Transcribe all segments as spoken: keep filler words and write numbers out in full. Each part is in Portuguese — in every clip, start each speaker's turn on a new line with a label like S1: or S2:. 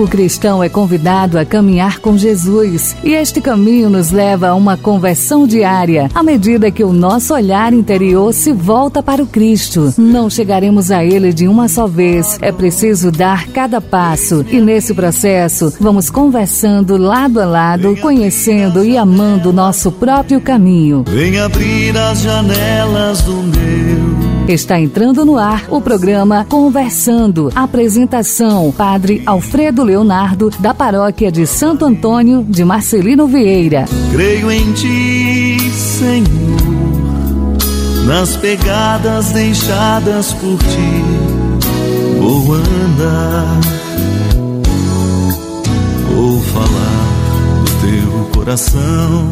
S1: O cristão é convidado a caminhar com Jesus, e este caminho nos leva a uma conversão diária, à medida que o nosso olhar interior se volta para o Cristo. Não chegaremos a Ele de uma só vez, é preciso dar cada passo, e nesse processo vamos conversando lado a lado, conhecendo e amando o nosso próprio caminho.
S2: Vem abrir as janelas do meu.
S1: Está entrando no ar o programa Conversando. Apresentação: Padre Alfredo Leonardo, da Paróquia de Santo Antônio de Marcelino Vieira.
S2: Creio em Ti, Senhor, nas pegadas deixadas por Ti. Vou andar, vou falar do Teu coração.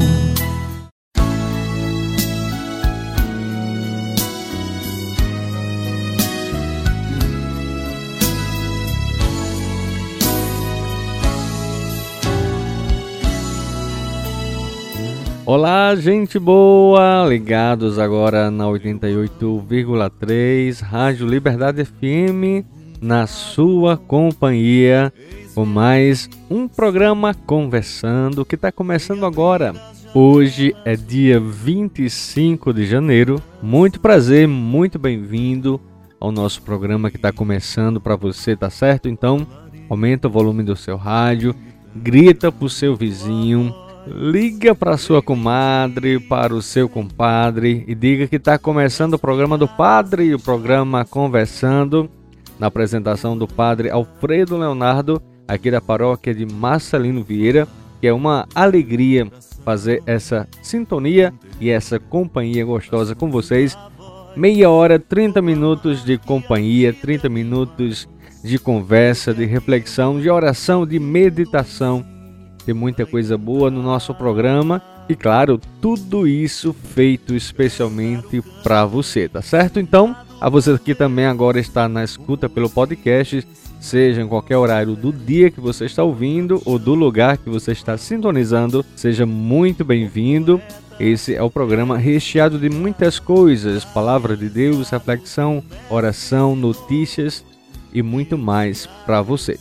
S3: Olá, gente boa, ligados agora na oitenta e oito vírgula três, Rádio Liberdade F M, na sua companhia, com mais um programa Conversando, que está começando agora. Hoje é dia vinte e cinco de janeiro, muito prazer, muito bem-vindo ao nosso programa que está começando para você, tá certo? Então, aumenta o volume do seu rádio, grita pro seu vizinho, liga para sua comadre, para o seu compadre e diga que está começando o programa do Padre, o programa Conversando, na apresentação do Padre Alfredo Leonardo, aqui da Paróquia de Marcelino Vieira, que é uma alegria fazer essa sintonia e essa companhia gostosa com vocês. Meia hora, trinta minutos de companhia, trinta minutos de conversa, de reflexão, de oração, de meditação. Tem muita coisa boa no nosso programa e, claro, tudo isso feito especialmente para você, tá certo? Então, a você que também agora está na escuta pelo podcast, seja em qualquer horário do dia que você está ouvindo ou do lugar que você está sintonizando, seja muito bem-vindo. Esse é o programa recheado de muitas coisas, palavra de Deus, reflexão, oração, notícias e muito mais para você.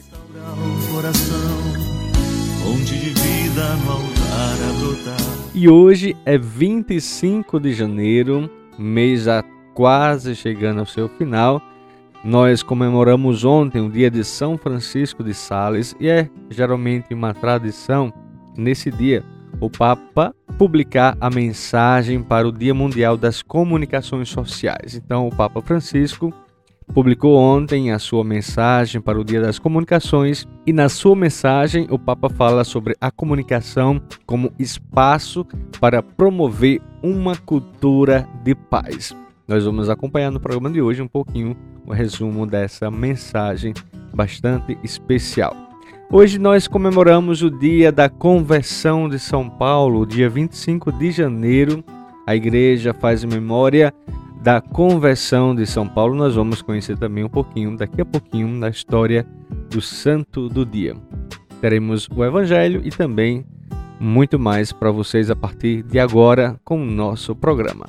S3: E hoje é vinte e cinco de janeiro, mês já quase chegando ao seu final. Nós comemoramos ontem o dia de São Francisco de Sales e é geralmente uma tradição nesse dia o Papa publicar a mensagem para o Dia Mundial das Comunicações Sociais. Então o Papa Francisco publicou ontem a sua mensagem para o Dia das Comunicações e na sua mensagem o Papa fala sobre a comunicação como espaço para promover uma cultura de paz. Nós vamos acompanhar no programa de hoje um pouquinho o resumo dessa mensagem bastante especial. Hoje nós comemoramos o Dia da Conversão de São Paulo, dia vinte e cinco de janeiro. A igreja faz memória da conversão de São Paulo. Nós vamos conhecer também um pouquinho, daqui a pouquinho, da história do santo do dia. Teremos o Evangelho e também muito mais para vocês a partir de agora com o nosso programa.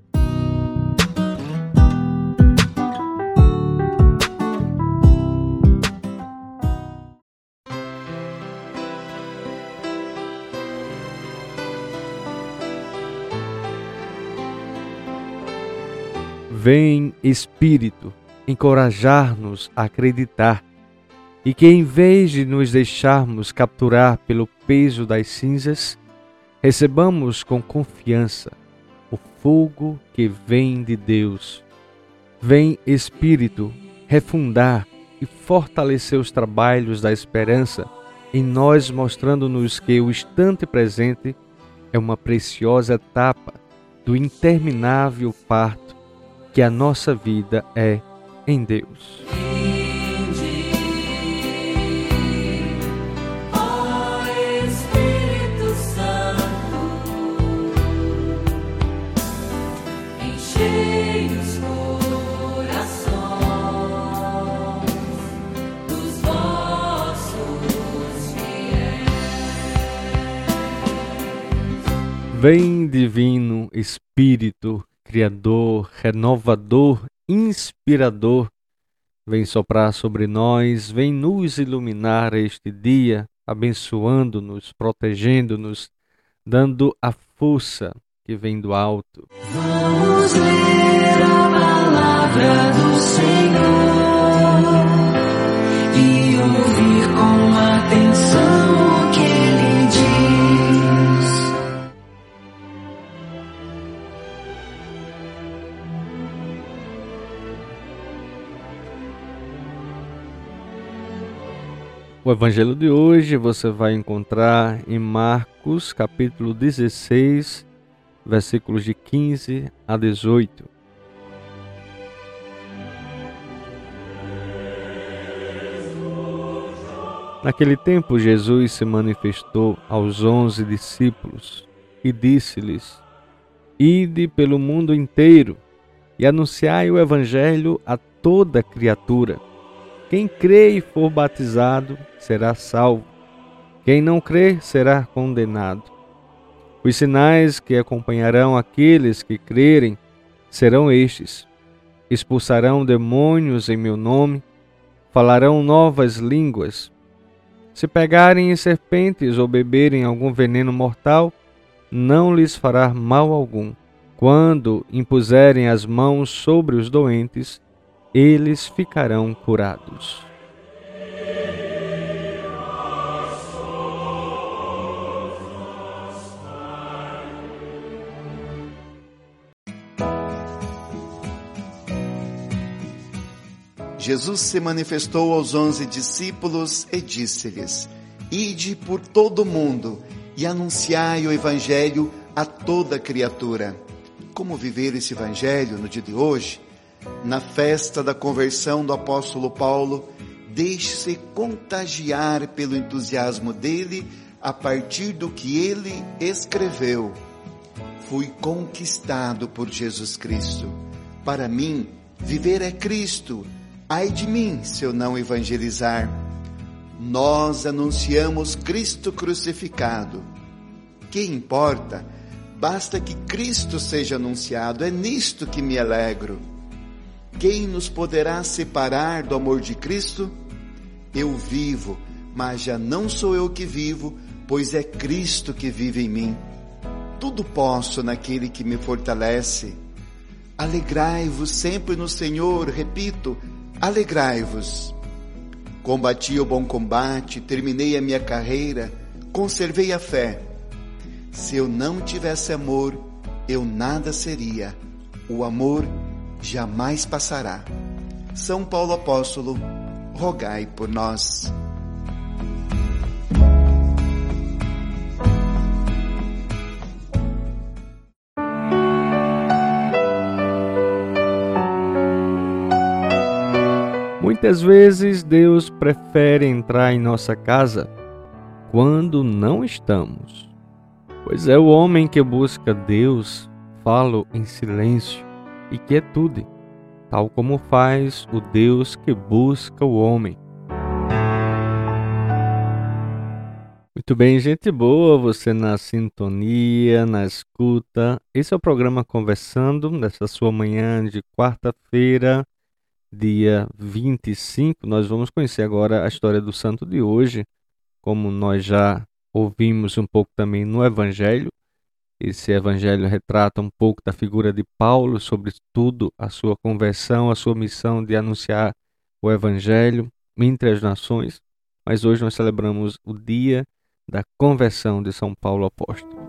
S3: Vem, Espírito, encorajar-nos a acreditar e que, em vez de nos deixarmos capturar pelo peso das cinzas, recebamos com confiança o fogo que vem de Deus. Vem, Espírito, refundar e fortalecer os trabalhos da esperança em nós, mostrando-nos que o instante presente é uma preciosa etapa do interminável parto que a nossa vida é em Deus. Vem, Divino Espírito, Criador, renovador, inspirador, vem soprar sobre nós, vem nos iluminar este dia, abençoando-nos, protegendo-nos, dando a força que vem do alto.
S2: Vamos ler a palavra do Senhor e ouvir com atenção o que Ele diz.
S3: O evangelho de hoje você vai encontrar em Marcos, capítulo dezesseis, versículos de quinze a dezoito. Naquele tempo, Jesus se manifestou aos onze discípulos e disse-lhes: Ide pelo mundo inteiro e anunciai o evangelho a toda criatura. Quem crê e for batizado será salvo. Quem não crer será condenado. Os sinais que acompanharão aqueles que crerem serão estes: expulsarão demônios em meu nome, falarão novas línguas. Se pegarem em serpentes ou beberem algum veneno mortal, não lhes fará mal algum. Quando impuserem as mãos sobre os doentes, eles ficarão curados.
S4: Jesus se manifestou aos onze discípulos e disse-lhes: Ide por todo o mundo e anunciai o evangelho a toda criatura. Como viver esse evangelho no dia de hoje? Na festa da conversão do apóstolo Paulo, deixe-se contagiar pelo entusiasmo dele a partir do que ele escreveu. Fui conquistado por Jesus Cristo. Para mim, viver é Cristo. Ai de mim se eu não evangelizar. Nós anunciamos Cristo crucificado. Que importa? Basta que Cristo seja anunciado. É nisto que me alegro. Quem nos poderá separar do amor de Cristo? Eu vivo, mas já não sou eu que vivo, pois é Cristo que vive em mim. Tudo posso naquele que me fortalece. Alegrai-vos sempre no Senhor, repito, alegrai-vos. Combati o bom combate, terminei a minha carreira, conservei a fé. Se eu não tivesse amor, eu nada seria. O amor jamais passará. São Paulo Apóstolo, rogai por nós.
S3: Muitas vezes Deus prefere entrar em nossa casa quando não estamos. Pois é o homem que busca Deus, fala em silêncio e quietude, tal como faz o Deus que busca o homem. Muito bem, gente boa, você na sintonia, na escuta. Esse é o programa Conversando, nessa sua manhã de quarta-feira, dia vinte e cinco. Nós vamos conhecer agora a história do santo de hoje, como nós já ouvimos um pouco também no Evangelho. Esse Evangelho retrata um pouco da figura de Paulo, sobretudo a sua conversão, a sua missão de anunciar o Evangelho entre as nações. Mas hoje nós celebramos o dia da conversão de São Paulo Apóstolo.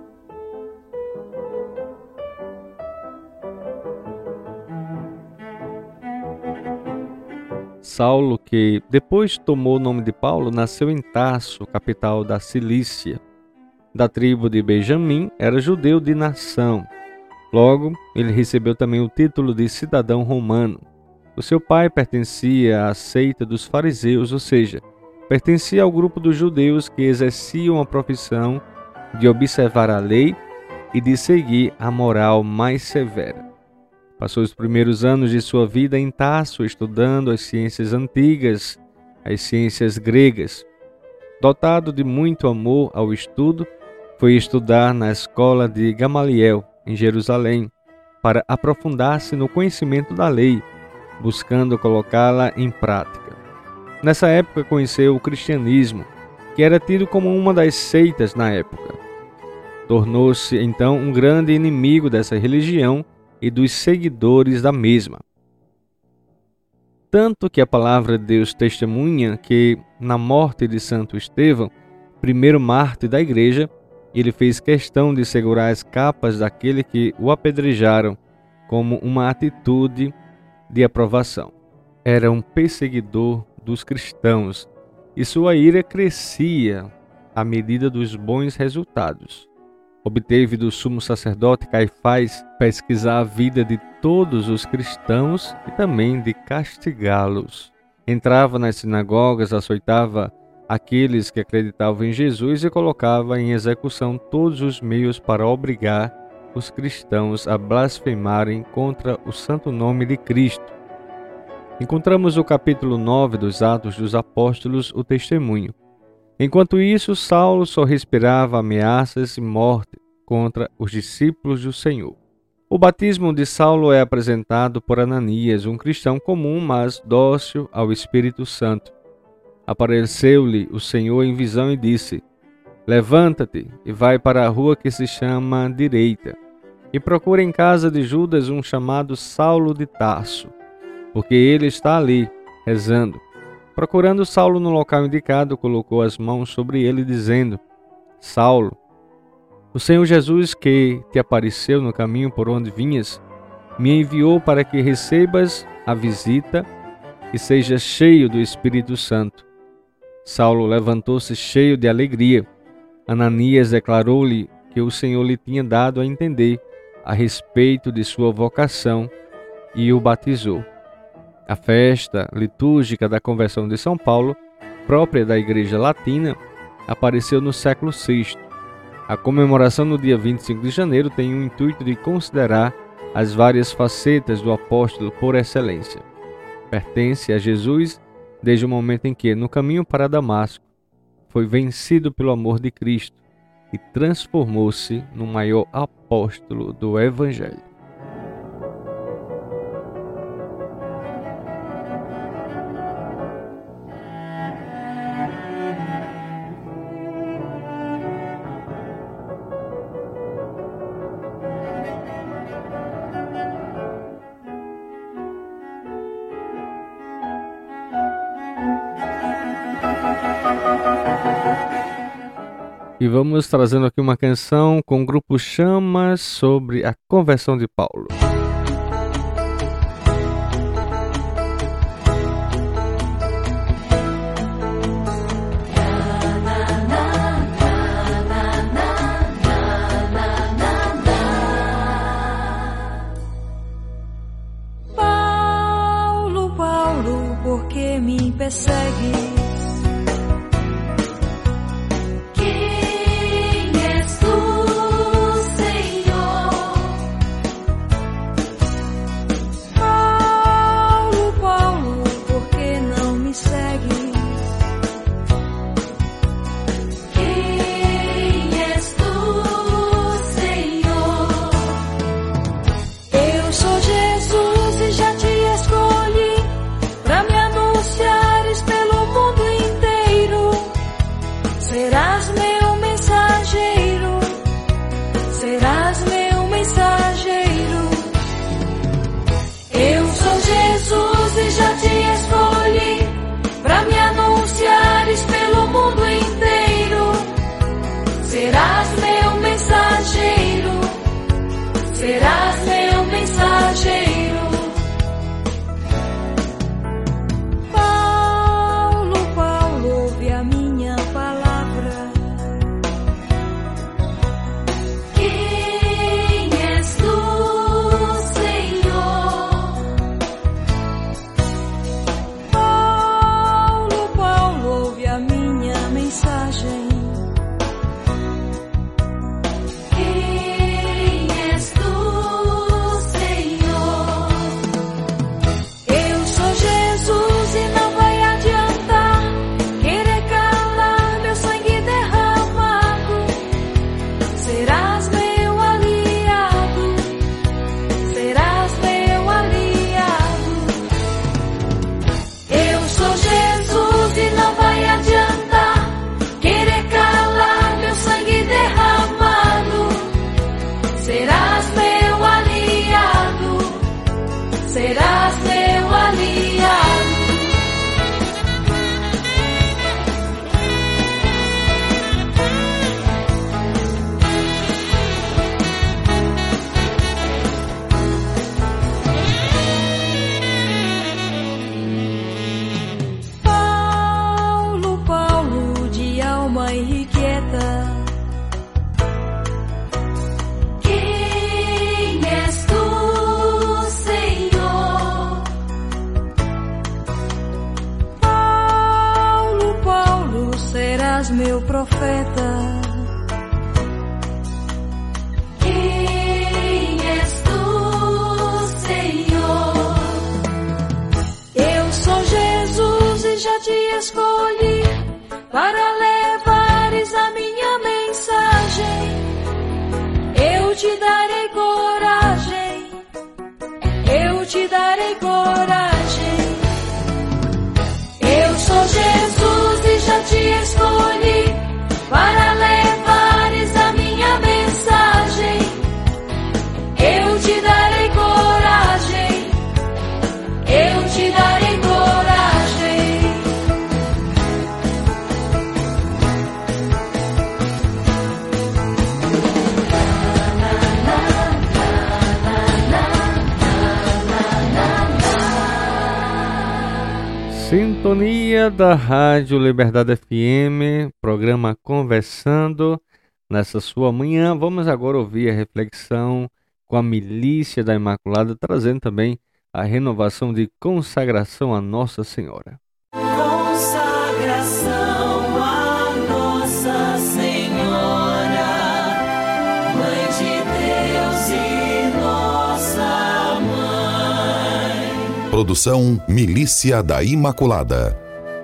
S3: Saulo, que depois tomou o nome de Paulo, nasceu em Tarso, capital da Cilícia. Da tribo de Benjamim, era judeu de nação. Logo, ele recebeu também o título de cidadão romano. O seu pai pertencia à seita dos fariseus, ou seja, pertencia ao grupo dos judeus que exerciam a profissão de observar a lei e de seguir a moral mais severa. Passou os primeiros anos de sua vida em Tarso, estudando as ciências antigas, as ciências gregas. Dotado de muito amor ao estudo, foi estudar na escola de Gamaliel, em Jerusalém, para aprofundar-se no conhecimento da lei, buscando colocá-la em prática. Nessa época conheceu o cristianismo, que era tido como uma das seitas na época. Tornou-se então um grande inimigo dessa religião e dos seguidores da mesma. Tanto que a palavra de Deus testemunha que, na morte de Santo Estevão, primeiro mártir da igreja, ele fez questão de segurar as capas daquele que o apedrejaram como uma atitude de aprovação. Era um perseguidor dos cristãos e sua ira crescia à medida dos bons resultados. Obteve do sumo sacerdote Caifás pesquisar a vida de todos os cristãos e também de castigá-los. Entrava nas sinagogas, açoitava aqueles que acreditavam em Jesus e colocava em execução todos os meios para obrigar os cristãos a blasfemarem contra o santo nome de Cristo. Encontramos no capítulo nove dos Atos dos Apóstolos o testemunho. Enquanto isso, Saulo só respirava ameaças e morte contra os discípulos do Senhor. O batismo de Saulo é apresentado por Ananias, um cristão comum, mas dócil ao Espírito Santo. Apareceu-lhe o Senhor em visão e disse: Levanta-te e vai para a rua que se chama Direita, e procura em casa de Judas um chamado Saulo de Tarso, porque ele está ali, rezando. Procurando Saulo no local indicado, colocou as mãos sobre ele, dizendo: Saulo, o Senhor Jesus, que te apareceu no caminho por onde vinhas, me enviou para que recebas a visita e sejas cheio do Espírito Santo. Saulo levantou-se cheio de alegria. Ananias declarou-lhe que o Senhor lhe tinha dado a entender a respeito de sua vocação e o batizou. A festa litúrgica da conversão de São Paulo, própria da Igreja Latina, apareceu no século sexto. A comemoração no dia vinte e cinco de janeiro tem o intuito de considerar as várias facetas do apóstolo por excelência. Pertence a Jesus desde o momento em que, no caminho para Damasco, foi vencido pelo amor de Cristo e transformou-se no maior apóstolo do Evangelho. E vamos trazendo aqui uma canção com o grupo Chamas sobre a conversão de Paulo.
S5: Paulo, Paulo, por que me persegues? Já te escolhi pra me anunciares pelo mundo. profeta.
S6: Quem és tu, Senhor?
S5: Eu sou Jesus e já te escolhi para levares a minha mensagem. Eu te darei coragem, eu te darei coragem. Eu sou Jesus e já te escolhi para levares a minha mensagem. Eu te darei coragem, eu te darei coragem.
S3: Sintonia da Rádio Liberdade F M, programa Conversando. Nessa sua manhã, vamos agora ouvir a reflexão com a Milícia da Imaculada, trazendo também a renovação de consagração a Nossa Senhora.
S7: Consagração a Nossa Senhora, Mãe de Deus e Nossa Mãe.
S8: Produção Milícia da Imaculada.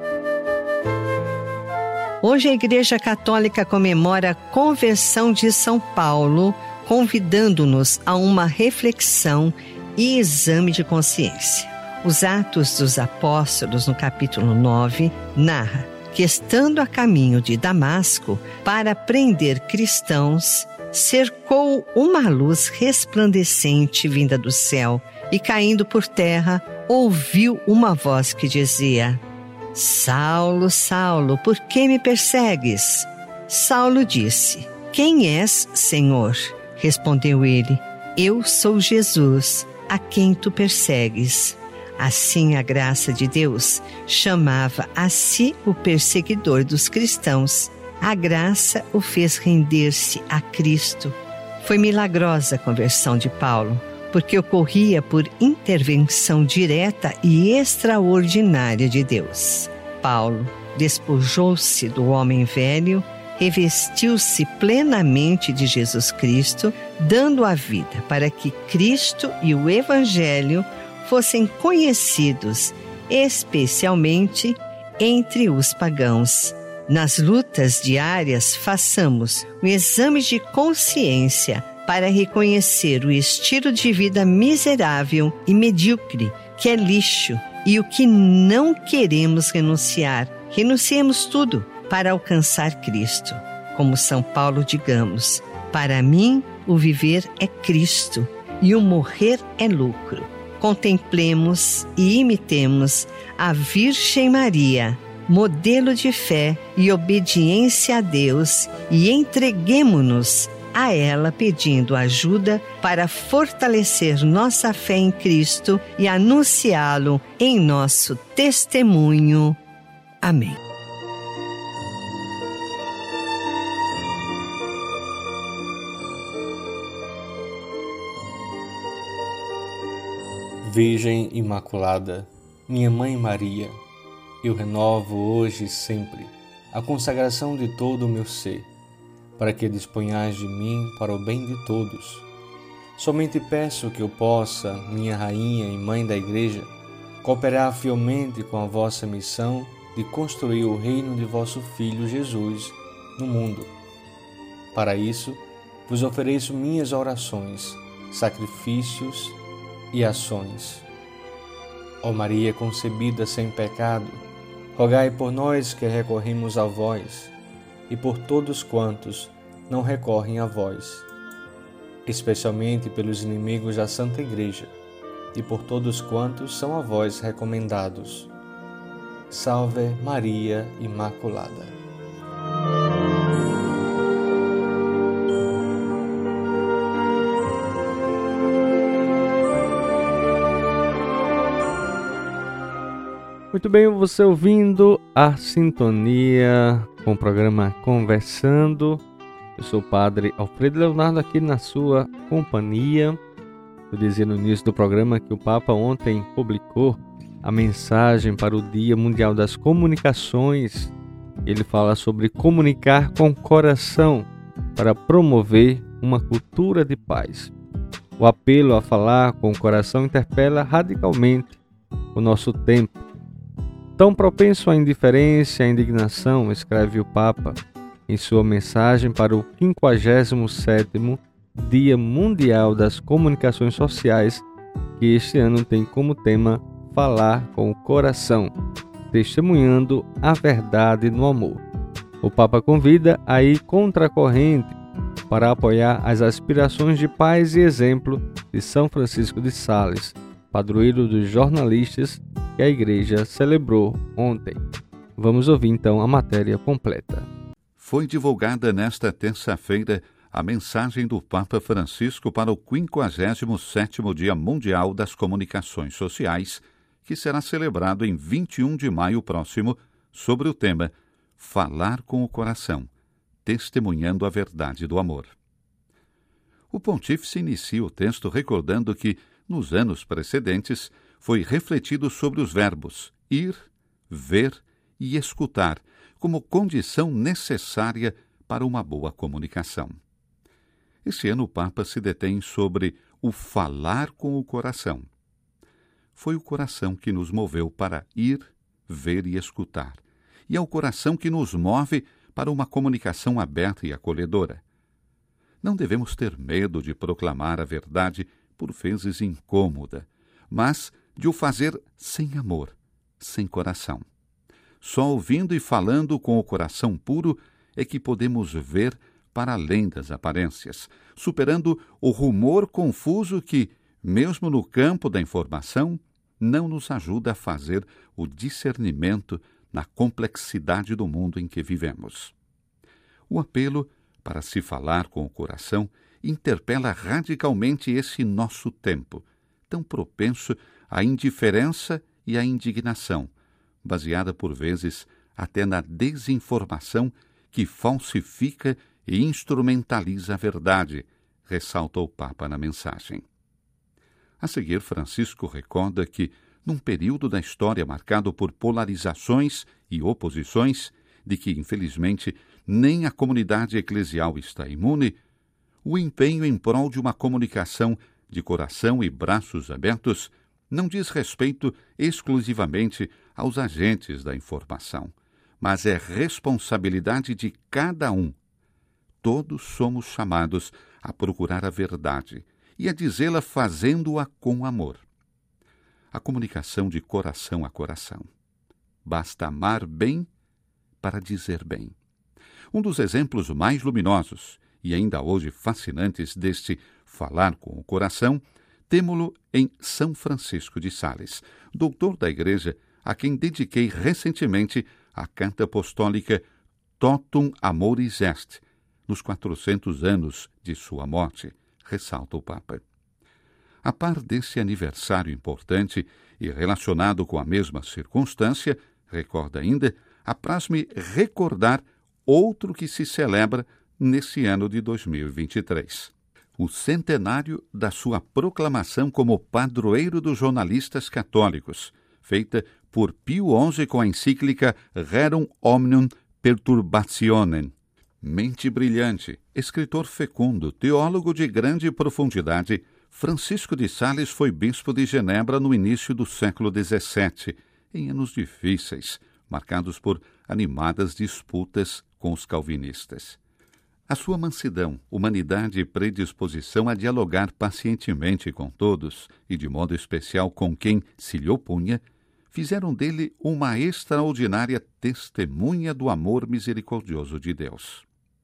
S9: Hoje a Igreja Católica comemora a conversão de São Paulo, convidando-nos a uma reflexão e exame de consciência. Os Atos dos Apóstolos, no capítulo nove, narra que, estando a caminho de Damasco para prender cristãos, cercou uma luz resplandecente vinda do céu e, caindo por terra, ouviu uma voz que dizia: Saulo, Saulo, por que me persegues? Saulo disse: Quem és, Senhor? Respondeu ele: Eu sou Jesus, a quem tu persegues. Assim a graça de Deus chamava a si o perseguidor dos cristãos. A graça o fez render-se a Cristo. Foi milagrosa a conversão de Paulo, porque ocorria por intervenção direta e extraordinária de Deus. Paulo despojou-se do homem velho, revestiu-se plenamente de Jesus Cristo, dando a vida para que Cristo e o Evangelho fossem conhecidos, especialmente entre os pagãos. Nas lutas diárias, façamos um exame de consciência para reconhecer o estilo de vida miserável e medíocre, que é lixo, e o que não queremos renunciar. Renunciemos tudo para alcançar Cristo. Como São Paulo, digamos: para mim, o viver é Cristo e o morrer é lucro. Contemplemos e imitemos a Virgem Maria, modelo de fé e obediência a Deus, e entreguemo-nos a ela pedindo ajuda para fortalecer nossa fé em Cristo e anunciá-lo em nosso testemunho. Amém.
S3: Virgem Imaculada, minha Mãe Maria, eu renovo hoje e sempre a consagração de todo o meu ser, para que disponhais de mim para o bem de todos. Somente peço que eu possa, minha Rainha e Mãe da Igreja, cooperar fielmente com a vossa missão de construir o reino de vosso Filho Jesus no mundo. Para isso, vos ofereço minhas orações, sacrifícios e ações. Ó Maria concebida sem pecado, rogai por nós que recorremos a vós e por todos quantos não recorrem a vós, especialmente pelos inimigos da Santa Igreja e por todos quantos são a vós recomendados. Salve Maria Imaculada. Muito bem, você ouvindo a sintonia com o programa Conversando. Eu sou o Padre Alfredo Leonardo, aqui na sua companhia. Eu dizia no início do programa que o Papa ontem publicou a mensagem para o Dia Mundial das Comunicações, Ele fala sobre comunicar com o coração para promover uma cultura de paz. O apelo a falar com o coração interpela radicalmente o nosso tempo. Tão propenso à indiferença e à indignação, escreve o Papa em sua mensagem para o quinquagésimo sétimo Dia Mundial das Comunicações Sociais, que este ano tem como tema Falar com o Coração, testemunhando a verdade no amor. O Papa convida a ir contra a corrente para apoiar as aspirações de paz e exemplo de São Francisco de Sales, padroeiro dos jornalistas, que a Igreja celebrou ontem. Vamos ouvir então a matéria completa.
S10: Foi divulgada nesta terça-feira a mensagem do Papa Francisco para o quinquagésimo sétimo Dia Mundial das Comunicações Sociais, que será celebrado em vinte e um de maio próximo, sobre o tema Falar com o Coração, testemunhando a verdade do amor. O pontífice inicia o texto recordando que, nos anos precedentes, foi refletido sobre os verbos ir, ver e escutar como condição necessária para uma boa comunicação. Este ano o Papa se detém sobre o falar com o coração. Foi o coração que nos moveu para ir, ver e escutar, e é o coração que nos move para uma comunicação aberta e acolhedora. Não devemos ter medo de proclamar a verdade, por vezes incômoda, mas de o fazer sem amor, sem coração. Só ouvindo e falando com o coração puro é que podemos ver para além das aparências, superando o rumor confuso que, mesmo no campo da informação, não nos ajuda a fazer o discernimento na complexidade do mundo em que vivemos. O apelo para se falar com o coração interpela radicalmente esse nosso tempo, tão propenso à indiferença e à indignação, baseada por vezes até na desinformação que falsifica e instrumentaliza a verdade, ressalta o Papa na mensagem. A seguir, Francisco recorda que, num período da história marcado por polarizações e oposições, de que, infelizmente, nem a comunidade eclesial está imune, o empenho em prol de uma comunicação de coração e braços abertos não diz respeito exclusivamente aos agentes da informação, mas é responsabilidade de cada um. Todos somos chamados a procurar a verdade e a dizê-la fazendo-a com amor. A comunicação de coração a coração. Basta amar bem para dizer bem. Um dos exemplos mais luminosos e ainda hoje fascinantes deste falar com o coração, temo-lo em São Francisco de Sales, doutor da Igreja, a quem dediquei recentemente a carta apostólica Totum Amoris Est, nos quatrocentos anos de sua morte, ressalta o Papa. A par desse aniversário importante e relacionado com a mesma circunstância, recorda ainda, apraz-me recordar outro que se celebra nesse ano de dois mil e vinte e três. O centenário da sua proclamação como padroeiro dos jornalistas católicos, feita por Pio onze com a encíclica Rerum Omnium Perturbationem. Mente brilhante, escritor fecundo, teólogo de grande profundidade, Francisco de Sales foi bispo de Genebra no início do século dezessete, em anos difíceis, marcados por animadas disputas com os calvinistas. A sua mansidão, humanidade e predisposição a dialogar pacientemente com todos, e de modo especial com quem se lhe opunha, fizeram dele uma extraordinária testemunha do amor misericordioso de Deus.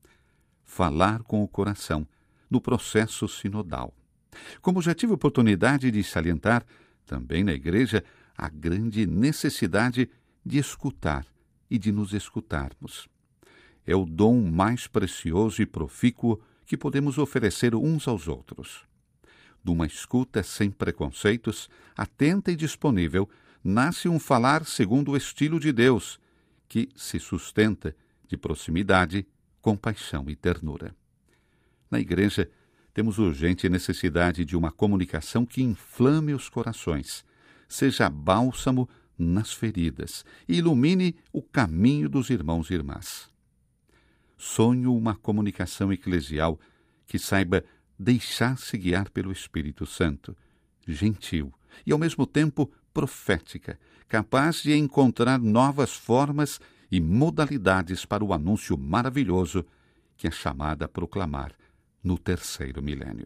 S10: Falar com o coração, no processo sinodal. Como já tive oportunidade de salientar, também na Igreja, a grande necessidade de escutar e de nos escutarmos. É o dom mais precioso e profícuo que podemos oferecer uns aos outros. De uma escuta sem preconceitos, atenta e disponível, nasce um falar segundo o estilo de Deus, que se sustenta de proximidade, compaixão e ternura. Na Igreja, temos urgente necessidade de uma comunicação que inflame os corações, seja bálsamo nas feridas e ilumine o caminho dos irmãos e irmãs. Sonho uma comunicação eclesial que saiba deixar-se guiar pelo Espírito Santo, gentil e, ao mesmo tempo, profética, capaz de encontrar novas formas e modalidades para o anúncio maravilhoso que é chamada a proclamar no terceiro milênio.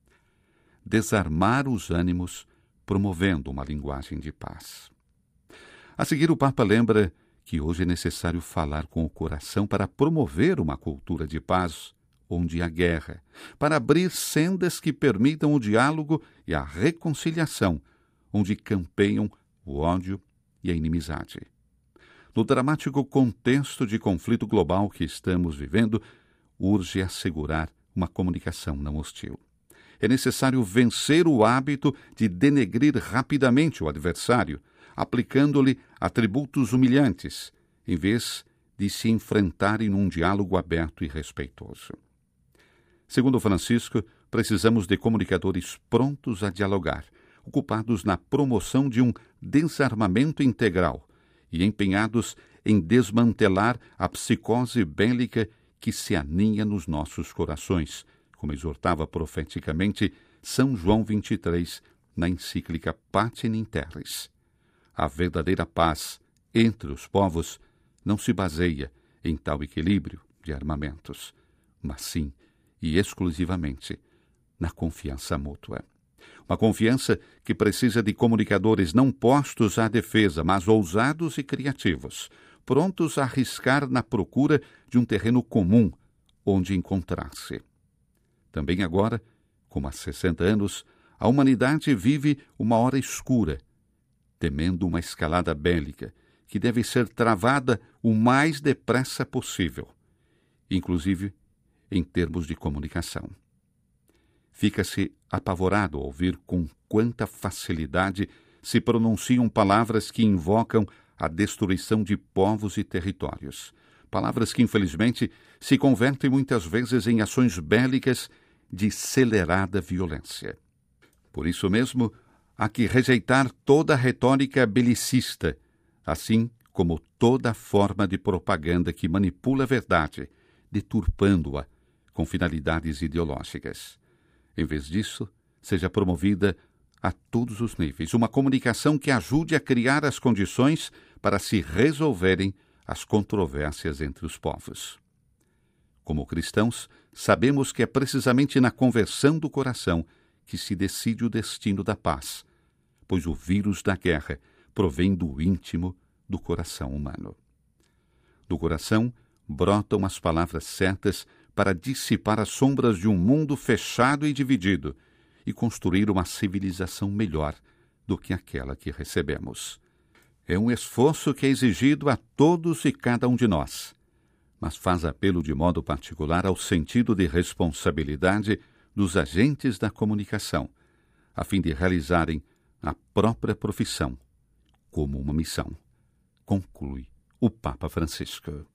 S10: Desarmar os ânimos, promovendo uma linguagem de paz. A seguir, o Papa lembra que hoje é necessário falar com o coração para promover uma cultura de paz onde há guerra, para abrir sendas que permitam o diálogo e a reconciliação, onde campeiam o ódio e a inimizade. No dramático contexto de conflito global que estamos vivendo, urge assegurar uma comunicação não hostil. É necessário vencer o hábito de denegrir rapidamente o adversário, aplicando-lhe atributos humilhantes, em vez de se enfrentarem num diálogo aberto e respeitoso. Segundo Francisco, precisamos de comunicadores prontos a dialogar, ocupados na promoção de um desarmamento integral e empenhados em desmantelar a psicose bélica que se aninha nos nossos corações, como exortava profeticamente São João vinte e três na encíclica Pacem in Terris. A verdadeira paz entre os povos não se baseia em tal equilíbrio de armamentos, mas sim e exclusivamente na confiança mútua. Uma confiança que precisa de comunicadores não postos à defesa, mas ousados e criativos, prontos a arriscar na procura de um terreno comum onde encontrar-se. Também agora, como há sessenta anos, a humanidade vive uma hora escura, temendo uma escalada bélica que deve ser travada o mais depressa possível, inclusive em termos de comunicação. Fica-se apavorado ao ouvir com quanta facilidade se pronunciam palavras que invocam a destruição de povos e territórios. Palavras que, infelizmente, se convertem muitas vezes em ações bélicas de acelerada violência. Por isso mesmo, há que rejeitar toda a retórica belicista, assim como toda forma de propaganda que manipula a verdade, deturpando-a com finalidades ideológicas. Em vez disso, seja promovida a todos os níveis uma comunicação que ajude a criar as condições para se resolverem as controvérsias entre os povos. Como cristãos, sabemos que é precisamente na conversão do coração que se decide o destino da paz, pois o vírus da guerra provém do íntimo do coração humano. Do coração brotam as palavras certas para dissipar as sombras de um mundo fechado e dividido e construir uma civilização melhor do que aquela que recebemos. É um esforço que é exigido a todos e cada um de nós, mas faz apelo de modo particular ao sentido de responsabilidade dos agentes da comunicação, a fim de realizarem a própria profissão como uma missão, conclui o Papa Francisco.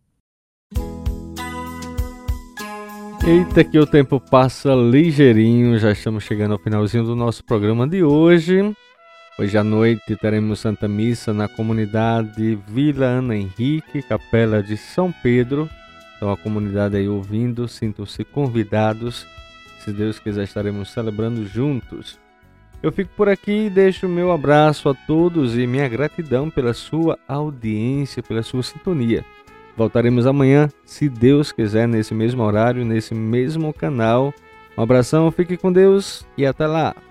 S3: Eita, que o tempo passa ligeirinho, já estamos chegando ao finalzinho do nosso programa de hoje. Hoje à noite teremos Santa Missa na comunidade Vila Ana Henrique, Capela de São Pedro. Então a comunidade aí ouvindo, sintam-se convidados. Se Deus quiser, estaremos celebrando juntos. Eu fico por aqui e deixo o meu abraço a todos e minha gratidão pela sua audiência, pela sua sintonia. Voltaremos amanhã, se Deus quiser, nesse mesmo horário, nesse mesmo canal. Um abração, fique com Deus e até lá!